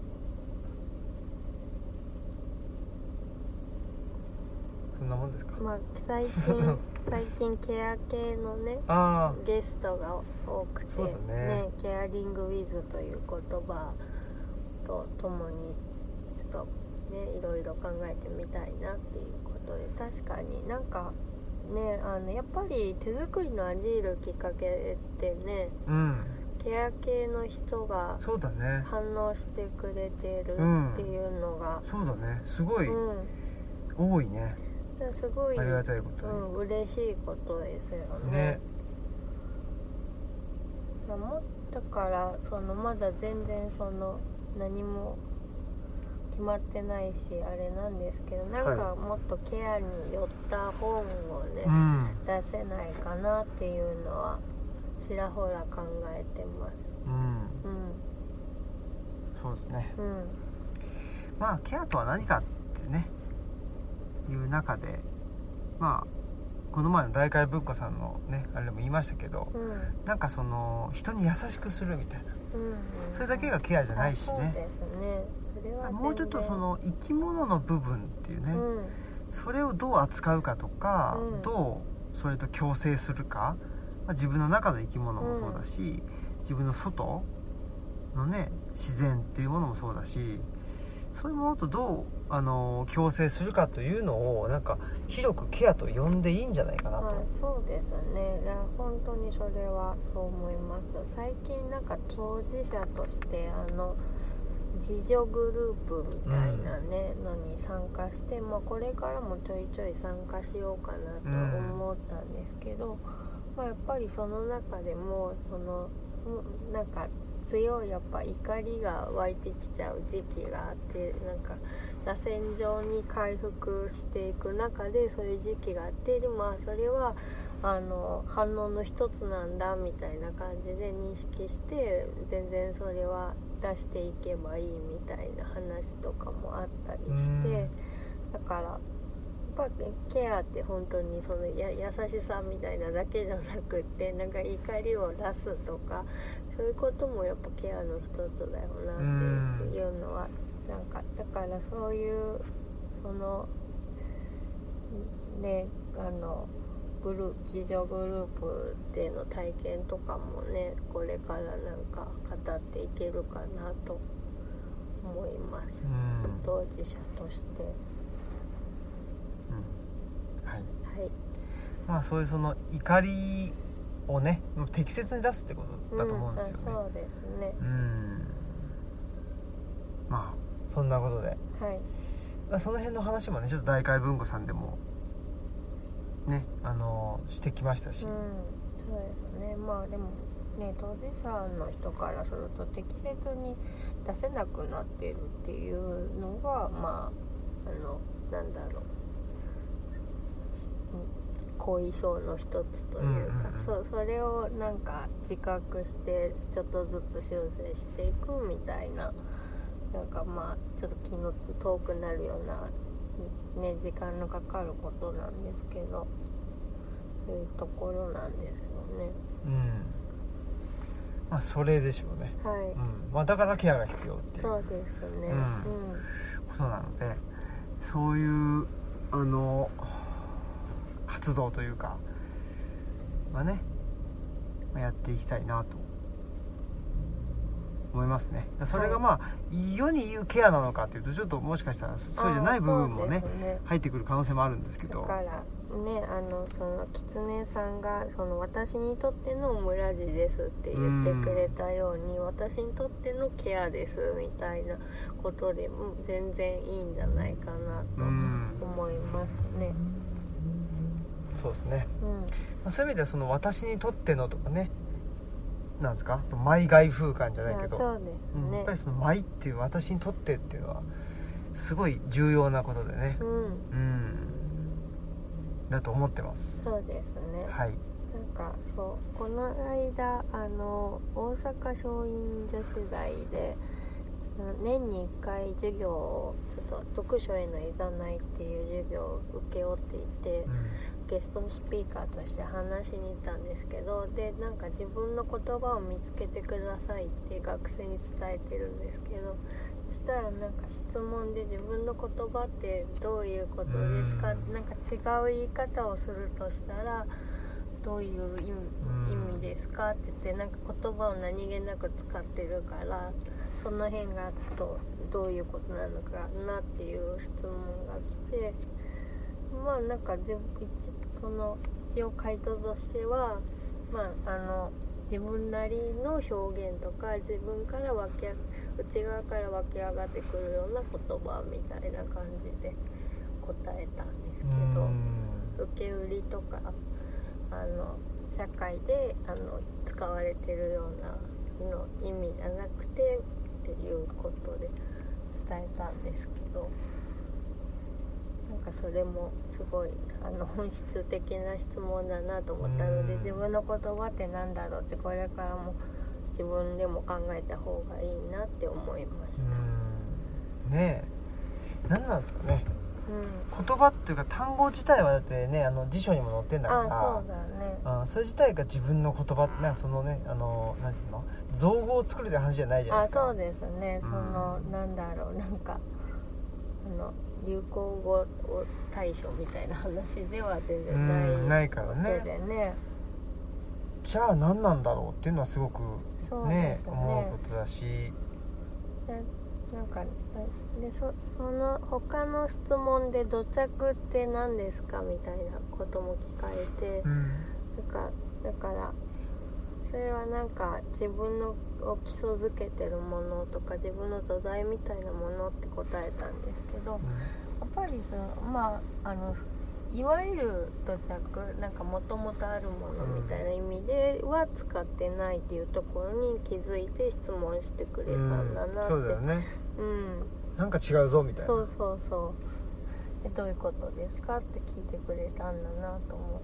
そんなもんですか？ まあ最近最近ケア系のねゲストが多くて、 そうだね、 ね、ケアリングウィズという言葉とともにちょっとねいろいろ考えてみたいなっていうことで、確かになんかね、あのやっぱり手作りのアジールきっかけってね、うん、ケア系の人が反応してくれてるっていうのが、 そうだね、すごい、うん、多いね。 すごいありがたいことに、 うん、嬉しいことですよね。ね、もだからそのまだ全然その何も決まってないしあれなんですけど、なんかもっとケアに寄った本をね、うん、出せないかなっていうのはちらほら考えてます。うん、うん、 そうですね、うん、まあケアとは何かってねいう中で、まあこの前の大海文庫さんのねあれでも言いましたけど、うん、なんかその人に優しくするみたいな、うんうん、それだけがケアじゃないしね。 そうですね、それはもうちょっとその生き物の部分っていうね、うん、それをどう扱うかとか、うん、どうそれと共生するか、まあ、自分の中の生き物もそうだし、うん、自分の外のね自然っていうものもそうだし、そういうものとどうあの共生するかというのをなんか広くケアと呼んでいいんじゃないかなと、はい、 そうですね。いや本当にそれはそう思います。最近なんか当事者としてあの自助グループみたいなね、うん、のに参加して、まあ、これからもちょいちょい参加しようかなと思ったんですけど、うん、まあ、やっぱりその中でもそのなんか強いやっぱ怒りが湧いてきちゃう時期があって、なんか螺旋状に回復していく中でそういう時期があって、でもまあそれはあの反応の一つなんだみたいな感じで認識して、全然それは出していけばいいみたいな話とかもあったりして、だからやっぱケアって本当にそのや優しさみたいなだけじゃなくって、なんか怒りを出すとかそういうこともやっぱケアの一つだよなっていうのは、なんかだからそういうそのね、あのグループ自助グループでの体験とかもね、これからなんか語っていけるかなと思います、当事者として、 うん、はい、 はい、 まあそういうその怒りをね適切に出すってことだと思うんですよね、 うん、そうですね、 うん、まあそんなことで、はい、その辺の話もねちょっと大海文庫さんでもねあのしてきましたし、うん、 そうですね。まあでもね、当事者の人からすると適切に出せなくなってるっていうのが、まああのなんだろう、後遺症の一つというか、うんうんうん、そ, それをなんか自覚してちょっとずつ修正していくみたいな、なんかまあちょっと気の遠くなるようなね、時間のかかることなんですけど、そういうところなんですよね。 うん、まあそれでしょうね。 はい。 うん、まあだからケアが必要っていう。 そうですね。うん。うん、 ことなので、そういうあの活動というか、まあね、やっていきたいなと思いますね。それがまあ、はい、世に言うケアなのかというとちょっともしかしたらそうじゃない部分も ね, ね入ってくる可能性もあるんですけど、 だからね、あのその狐さんがその私にとってのオムラジですって言ってくれたように、私にとってのケアですみたいなことでも全然いいんじゃないかなと思いますね。 そうですね、うん、まあ、そういう意味ではその私にとってのとかね、なんですか、マイ外風館じゃないけど、 そうですね、 うん、やっぱりそのマイっていう私にとってっていうのはすごい重要なことでね、うん、うん、だと思ってます。 そうですね、はい、なんかそうこの間あの大阪松陰女子大で年にいっかい授業をちょっと読書へのいざないっていう授業を受け負っていて、うん、ゲストスピーカーとして話しに行ったんですけど、でなんか自分の言葉を見つけてくださいって学生に伝えてるんですけど、そしたらなんか質問で自分の言葉ってどういうことですか、うん、なんか違う言い方をするとしたらどういう意味、意味ですかって言って、なんか言葉を何気なく使ってるから、その辺がちょっとどういうことなのかなっていう質問が来て、まあなんかその一応回答としては、まああの自分なりの表現とか自分から湧き内側から湧き上がってくるような言葉みたいな感じで答えたんですけど、受け売りとかあの社会であの使われてるようなの意味じゃなくてっていうことで伝えたんですけど、なんかそれもすごいあの本質的な質問だなと思ったので、自分の言葉ってなんだろうってこれからも自分でも考えた方がいいなって思いました。 うんねえ、何なんですかね、うん、言葉っていうか単語自体はだってね、あの辞書にも載ってんだから、 あ、そうだね、 あそれ自体が自分の言葉なんかそのね、あのなんていうの、造語を作るって話じゃないじゃないですか。 あ、そうですね、うん、そのなんだろう、なんかあの流行語大賞みたいな話では全然ない、 うん、ないからね。 でね、 じゃあ何なんだろうっていうのはすごく ね, ね思うことだし、 でなんかで そ, その他の質問で土着って何ですかみたいなことも聞かれて、うん、なんかだからそれはなんか自分のを基礎づけてるものとか自分の土台みたいなものって答えたんですけど、うん、やっぱりそのまああのいわゆる土着なんかもともとあるものみたいな意味では使ってないっていうところに気づいて質問してくれたんだなって、 うん、そうだよね、 うん、 なんか違うぞみたいな。 そうそうそう、どういうことですかって聞いてくれたんだなと思って、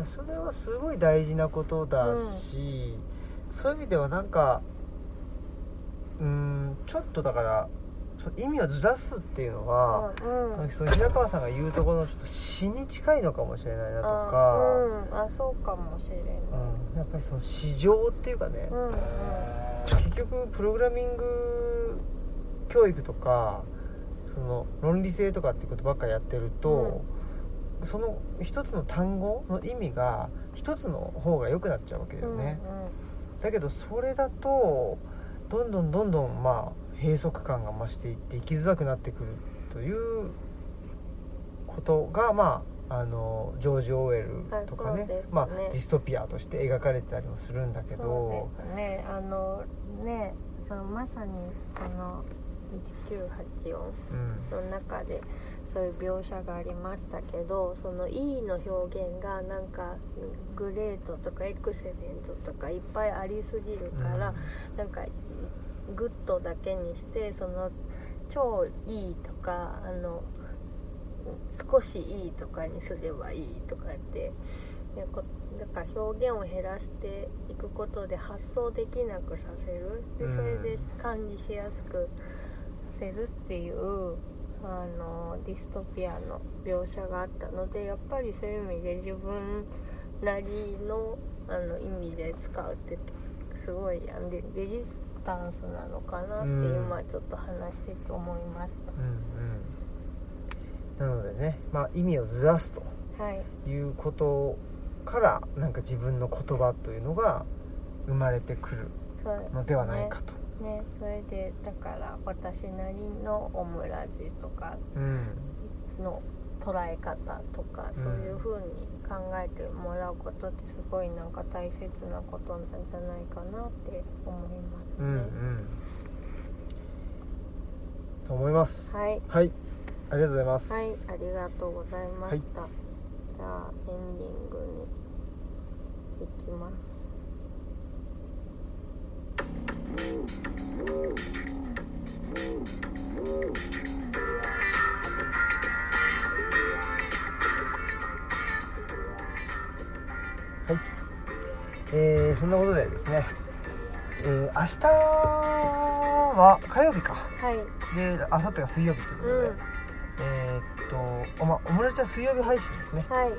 それはすごい大事なことだし、うん、そういう意味ではなんかうーんちょっとだから意味をずらすっていうのは、うんうん、その平川さんが言うところのちょっと詩に近いのかもしれないなとか、 あ、うん、あそうかもしれない、 うん、やっぱりその市場っていうかね、うんうん、結局プログラミング教育とかその論理性とかっていうことばっかりやってると、うん、その一つの単語の意味が一つの方が良くなっちゃうわけだよね、うんうん、だけどそれだとどんどんどんどんまあ閉塞感が増していって生きづらくなってくるということが、まあ、あのジョージ・オーエルとか ね, ね、まあ、ディストピアとして描かれてたりもするんだけど、 そうですね、あのねそのまさにこのいちきゅうはちよんの中でそういう描写がありましたけど、その E の表現がなんかグレートとかエクセレントとかいっぱいありすぎるから、うん、なんかグッドだけにしてその超いいとかあの少しいいとかにすればいいとかってだから表現を減らしていくことで発想できなくさせるでそれで管理しやすくさせるっていうあのディストピアの描写があったので、やっぱりそういう意味で自分なりの、あの意味で使うってすごいレジスタンスなのかなって今ちょっと話してて思いました、 うんうん、なのでね、まあ、意味をずらすということから、はい、なんか自分の言葉というのが生まれてくるのではないかと。 ね、それでだから私なりのオムラジとかの捉え方とか、うん、そういう風に考えてもらうことってすごいなんか大切なことなんじゃないかなって思いますね、うんうん、 と思います。 はい、 はい、ありがとうございます。 はい、ありがとうございました、はい、じゃあエンディングに行きます。 はい、えー、そんなことでですね、えー、明日は火曜日か、 はい、 で明後日が水曜日ということで、うん、えー、っとおまオムライスは水曜日配信ですね、 はい、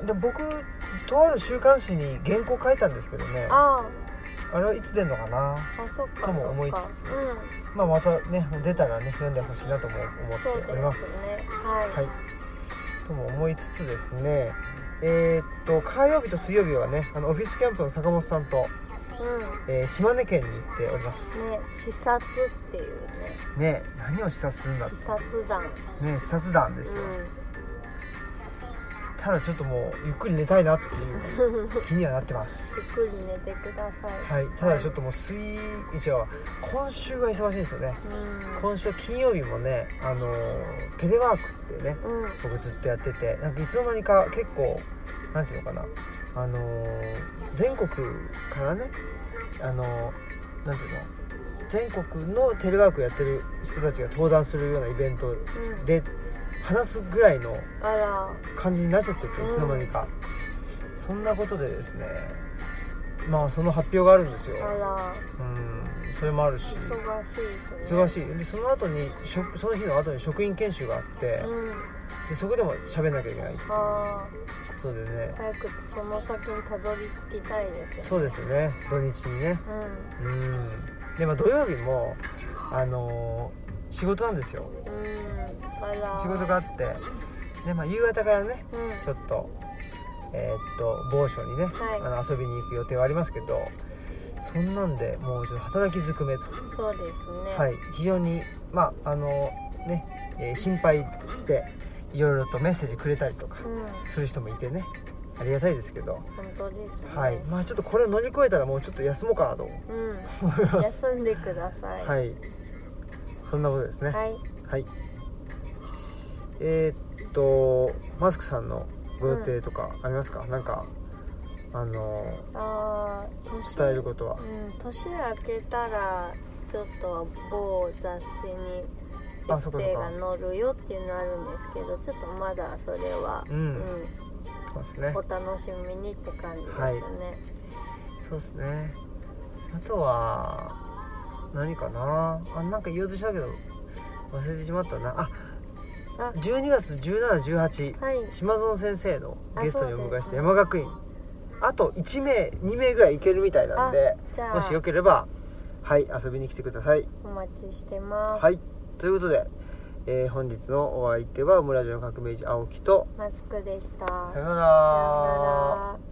で僕とある週刊誌に原稿書いたんですけどね、ああれはいつ出るのかなとも思いつつ、うん、まあ、またね出たらね読んでほしいなとも思っております。 そうですね、はい、 はい、とも思いつつですね、えー、っと火曜日と水曜日はねあのオフィスキャンプの坂本さんと、うん、えー、島根県に行っておりますね。視察っていうねね何を視察するんだって視察団ね視察団ですよ、うん、ただちょっともうゆっくり寝たいなっていう気にはなってますゆっくり寝てください。はい、ただちょっともう水一応今週は忙しいですよね、うん、今週は金曜日もね、あのー、テレワークってね、うん、僕ずっとやっててなんかいつの間にか結構なんていうのかな、あのー、全国からね、あのー、なんていうの全国のテレワークやってる人たちが登壇するようなイベントで、うん話すぐらいの感じになっちゃってて、いつの間にか、うん、そんなことでですね、まあその発表があるんですよ。 あら、 うん、それもあるし忙しいですね。忙しいでその後にその日の後に職員研修があって、うん、でそこでも喋んなきゃいけないっていうことでね、 早くその先にたどり着きたいですよね。 そうですよね、土日にね、うん、うんで、まあ、土曜日もあのー、仕事なんですよ、うん、あら仕事があってで、まあ、夕方からね、うん、ちょっとえー、っと某所にね、はい、あの遊びに行く予定はありますけど、そんなんでもうちょっと働きづくめと。 そうですね、 はい、非常にまああのね、えー、心配していろいろとメッセージくれたりとかする人もいてね、うん、ありがたいですけど、 本当ですね、 はい、まあちょっとこれを乗り越えたらもうちょっと休もうかなと思います、 うん、休んでください。 はい、そんなことですね。 はい、 はい、えー、っとマスクさんのご予定とかありますか、うん、なんかあのあ伝えることは。 うん、年明けたらちょっと某雑誌にエッセイが載るよっていうのあるんですけど、ちょっとまだそれは、 うんうんそうですね、 お楽しみにって感じですね、 はい、そうですね。あとは何かなあ、なんか言おうとしたけど忘れてしまったなあ。あじゅうにがつじゅうしち、じゅうはち、はい、島園先生のゲストにお迎えして山学院 あ, あといちめいにめいぐらい行けるみたいなんで、もしよければはい遊びに来てください。 お待ちしてます。 はい、ということで、えー、本日のお相手は村上革命児青木とマスクでした。 さよなら。 さよなら。